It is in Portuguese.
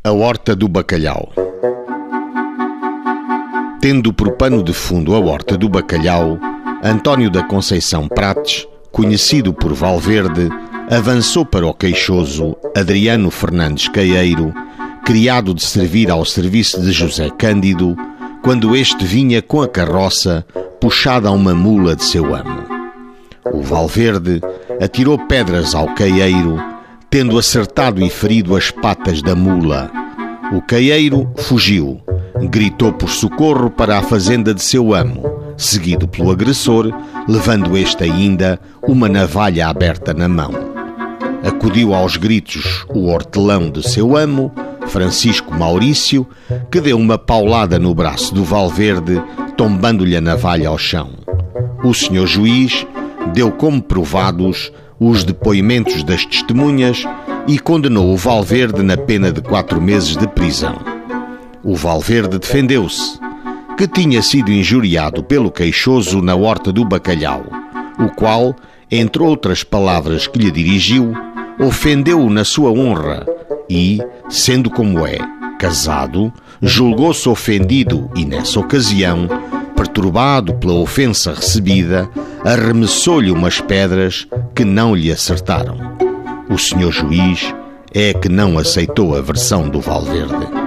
A Horta do Bacalhau. Tendo por pano de fundo a Horta do Bacalhau, António da Conceição Prates, conhecido por Valverde, avançou para o queixoso Adriano Fernandes Caeiro, criado de servir ao serviço de José Cândido, quando este vinha com a carroça puxada a uma mula de seu amo. O Valverde atirou pedras ao Caeiro, tendo acertado e ferido as patas da mula. O Caeiro fugiu, gritou por socorro para a fazenda de seu amo, seguido pelo agressor, levando este ainda uma navalha aberta na mão. Acudiu aos gritos o hortelão de seu amo, Francisco Maurício, que deu uma paulada no braço do Valverde, tombando-lhe a navalha ao chão. O senhor juiz deu como provados os depoimentos das testemunhas e condenou o Valverde na pena de 4 meses de prisão. O Valverde defendeu-se, que tinha sido injuriado pelo queixoso na Horta do Bacalhau, o qual, entre outras palavras que lhe dirigiu, ofendeu-o na sua honra e, sendo como é, casado, julgou-se ofendido e, nessa ocasião, perturbado pela ofensa recebida, arremessou-lhe umas pedras que não lhe acertaram. O senhor juiz é que não aceitou a versão do Valverde.